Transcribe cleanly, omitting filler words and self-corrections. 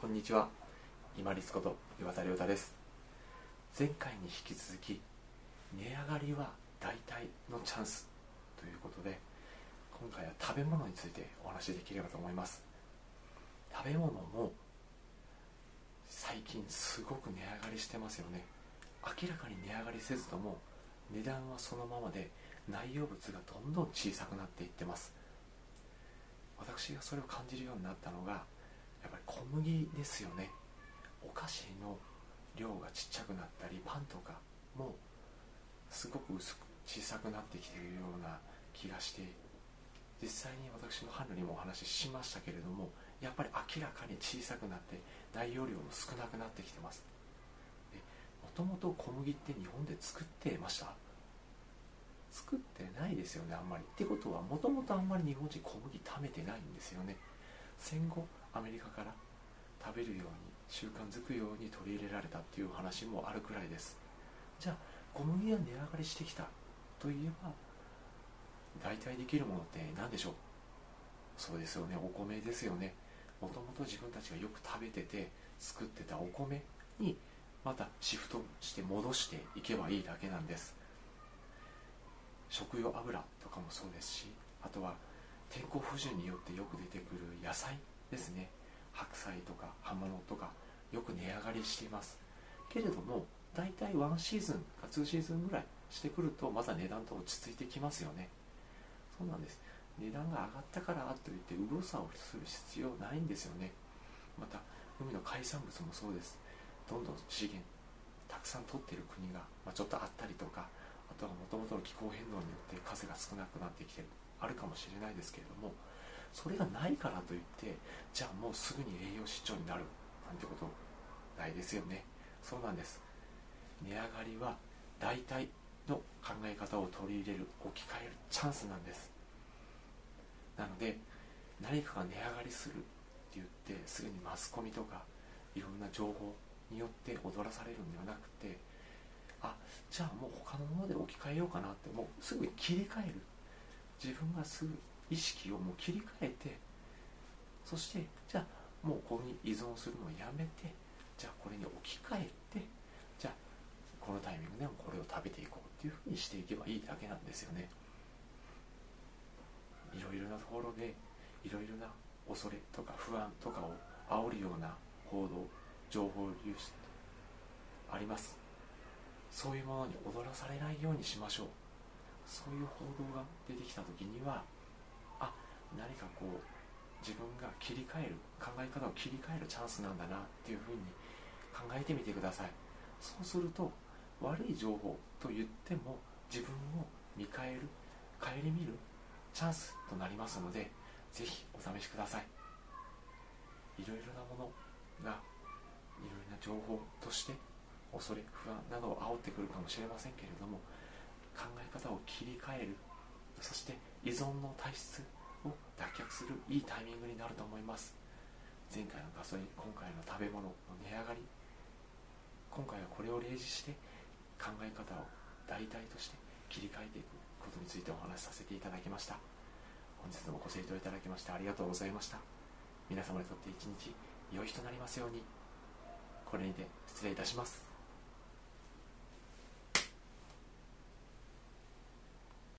こんにちは。今立こと岩田亮太です。前回に引き続き、値上がりは代替のチャンスということで、今回は食べ物についてお話しできればと思います。食べ物も最近すごく値上がりしてますよね。明らかに値上がりせずとも値段はそのままで、内容物がどんどん小さくなっていってます。私がそれを感じるようになったのがやっぱり小麦ですよね。お菓子の量がちっちゃくなったり、パンとかもすごく薄く小さくなってきているような気がして、実際に私の伴侶にもお話ししましたけれども、やっぱり明らかに小さくなって内容量も少なくなってきてます。もともと小麦って日本で作っていました？作ってないですよね、あんまり。ってことはもともとあんまり日本人小麦食べてないんですよね。戦後アメリカから食べるように習慣づくように取り入れられたっていう話もあるくらいです。じゃあ小麦が値上がりしてきたといえば、代替できるものって何でしょう？そうですよね、お米ですよね。もともと自分たちがよく食べてて作ってたお米にまたシフトして戻していけばいいだけなんです。食用油とかもそうですし、あとは天候不順によってよく出てくる野菜ですね。白菜とか葉物とかよく値上がりしていますけれども、だいたい1シーズンか2シーズンぐらいしてくるとまた値段と落ち着いてきますよね。そうなんです。値段が上がったからといって右往左往する必要ないんですよね。また海の海産物もそうです。どんどん資源たくさん取っている国が、ちょっとあったりとか、あとはもともとの気候変動によって数が少なくなってきている、あるかもしれないですけれども、それがないからといってじゃあもうすぐに栄養失調になるなんてことないですよね。そうなんです。値上がりは代替の考え方を取り入れる、置き換えるチャンスなんです。なので何かが値上がりするって言ってすぐにマスコミとかいろんな情報によって踊らされるんではなくて、じゃあもう他のもので置き換えようかなって、もうすぐに切り替える。自分がすぐ意識をもう切り替えて、そしてじゃあもうここに依存するのをやめて、じゃあこれに置き換えて、じゃあこのタイミングでもこれを食べていこうっていうふうにしていけばいいだけなんですよね。いろいろなところでいろいろな恐れとか不安とかを煽るような報道、情報流出あります。そういうものに踊らされないようにしましょう。そういう報道が出てきた時には、何かこう自分が切り替える、考え方を切り替えるチャンスなんだなっていうふうに考えてみてください。そうすると悪い情報と言っても自分を見返る、顧みるチャンスとなりますので、ぜひお試しください。いろいろなものがいろいろな情報として恐れ不安などを煽ってくるかもしれませんけれども、考え方を切り替える、そして依存の体質を脱却するいいタイミングになると思います。前回のガソリン、今回の食べ物の値上がり、今回はこれを例示して考え方を代替として切り替えていくことについてお話しさせていただきました。本日もご清聴いただきましてありがとうございました。皆様にとって一日良い日となりますように。これにて失礼いたします。